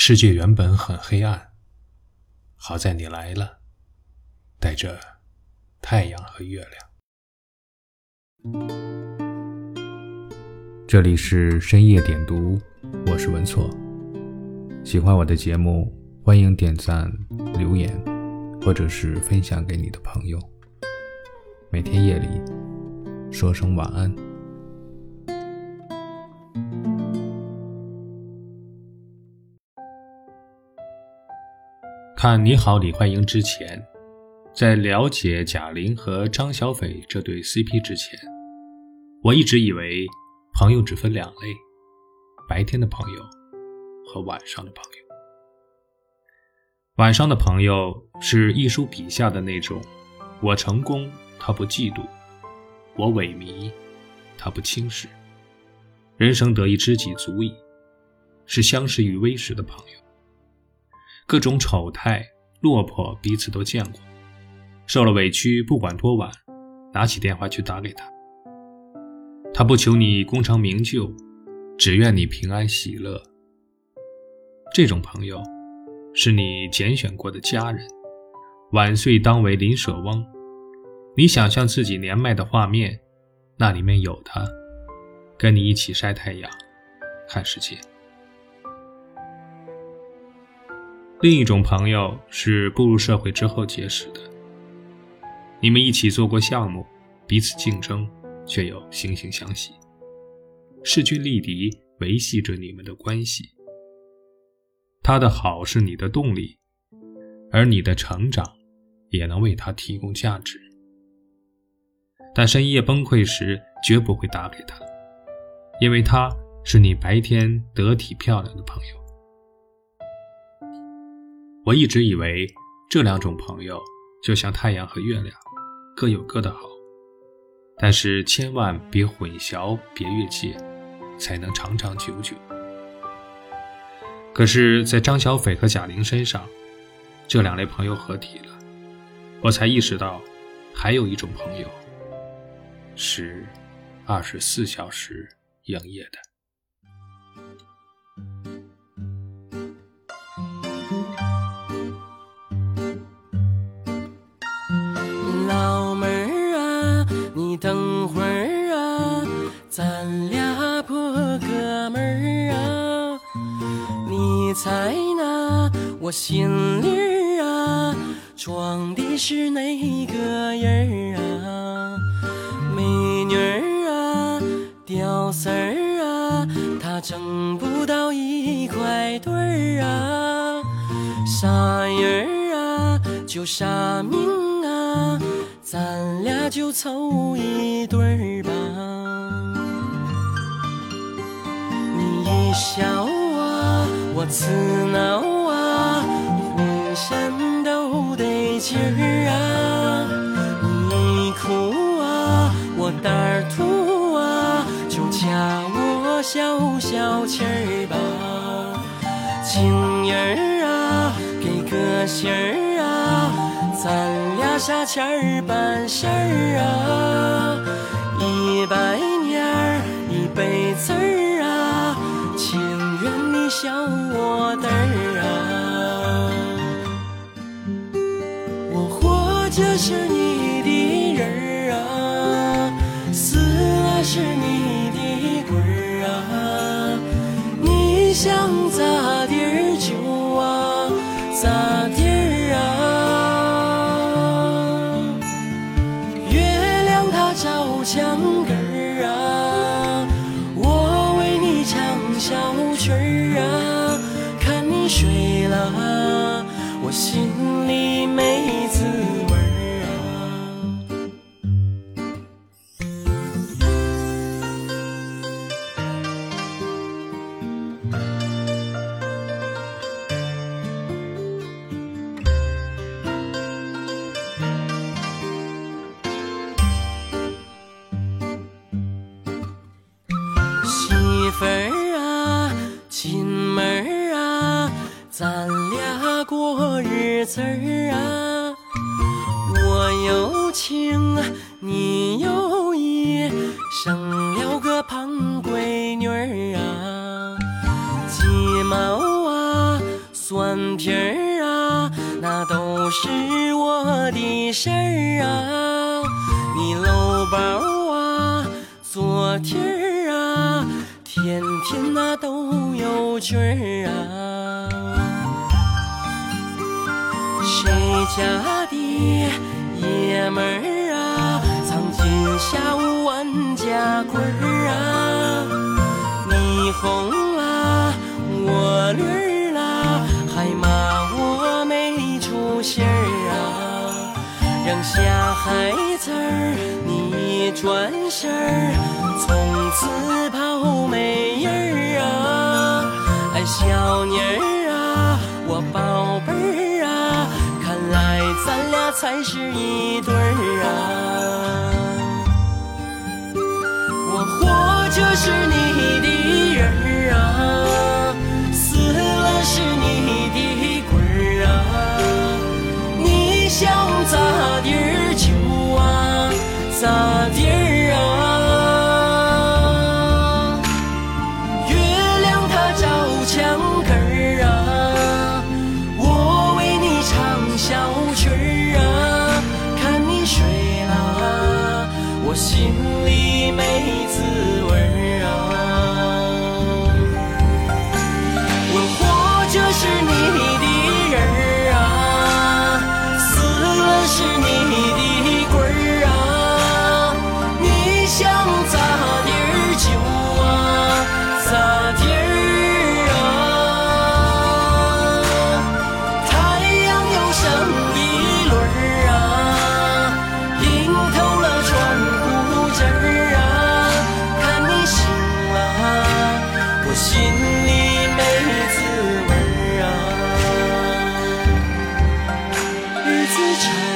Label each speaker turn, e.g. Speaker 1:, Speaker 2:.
Speaker 1: 世界原本很黑暗，好在你来了，带着太阳和月亮。这里是深夜点读，我是文措。喜欢我的节目，欢迎点赞、留言，或者是分享给你的朋友。每天夜里说声晚安。看《你好，李焕英》之前，在了解贾玲和张小斐这对 CP 之前，我一直以为朋友只分两类，白天的朋友和晚上的朋友。晚上的朋友是艺术笔下的那种，我成功他不嫉妒，我萎靡他不轻视，人生得一知己足矣，是相识于微时的朋友。各种丑态落魄彼此都见过，受了委屈不管多晚，拿起电话去打给他。他不求你功成名就，只愿你平安喜乐。这种朋友是你拣选过的家人，晚岁当为邻舍翁，你想象自己年迈的画面，那里面有他，跟你一起晒太阳看世界。另一种朋友是步入社会之后结识的，你们一起做过项目，彼此竞争，却又惺惺相惜，势均力敌维系着你们的关系。他的好是你的动力，而你的成长也能为他提供价值。但深夜崩溃时绝不会打给他，因为他是你白天得体漂亮的朋友。我一直以为这两种朋友就像太阳和月亮，各有各的好，但是千万别混淆，别越界，才能长长久久。可是在张小斐和贾玲身上，这两类朋友合体了，我才意识到还有一种朋友是24小时营业的。
Speaker 2: 老妹儿啊，你等会儿啊，咱俩破哥们儿啊，你猜那我心里啊装的是哪个人啊？美女儿啊，屌丝儿啊，他挣不到一块堆儿啊，啥人啊就啥命啊，咱俩就凑一对儿吧。你一笑啊，我刺挠啊，浑身都得劲儿啊。你一哭啊，我胆儿突啊，就加我消消气儿吧。情人啊，给个信儿啊，咱俩啥钱儿办事儿啊，100年1辈子儿啊，情愿你笑我的儿啊。我活着是你的人儿啊，死了是你的鬼儿啊，你想咋地儿就啊咋地儿啊。照墙根儿啊，我为你唱小曲儿啊，看你睡了，我心里没滋味儿啊。媳妇儿啊，亲妹儿啊，咱俩过日子儿啊。我有情，你有意，生了个胖闺女儿啊。鸡毛啊， 蒜皮儿啊，那都是我的事儿啊。你搂包啊，做题儿啊，天天那都有趣儿啊。谁家的爷们儿啊，藏金下万家棍儿啊。你哄啦，我绿儿啦，还骂我没出息儿啊。扔下孩子儿，你转身儿，从此跑没人儿啊。哎，小妮儿啊，我宝贝儿啊，看来咱俩才是一对儿啊。我活着是你的人儿啊，死了是你的鬼儿啊。你想咋地儿就啊咋地儿啊。月亮它照墙根儿啊，我为你唱小曲儿啊。看你睡了，我心里没滋味儿啊。我活着是你的人儿啊，死了是你的鬼儿啊。你想咋地儿就啊咋地儿啊。太阳又升一轮儿啊，映透了窗户纸儿啊。看你醒了，我心里没滋味儿啊。日子长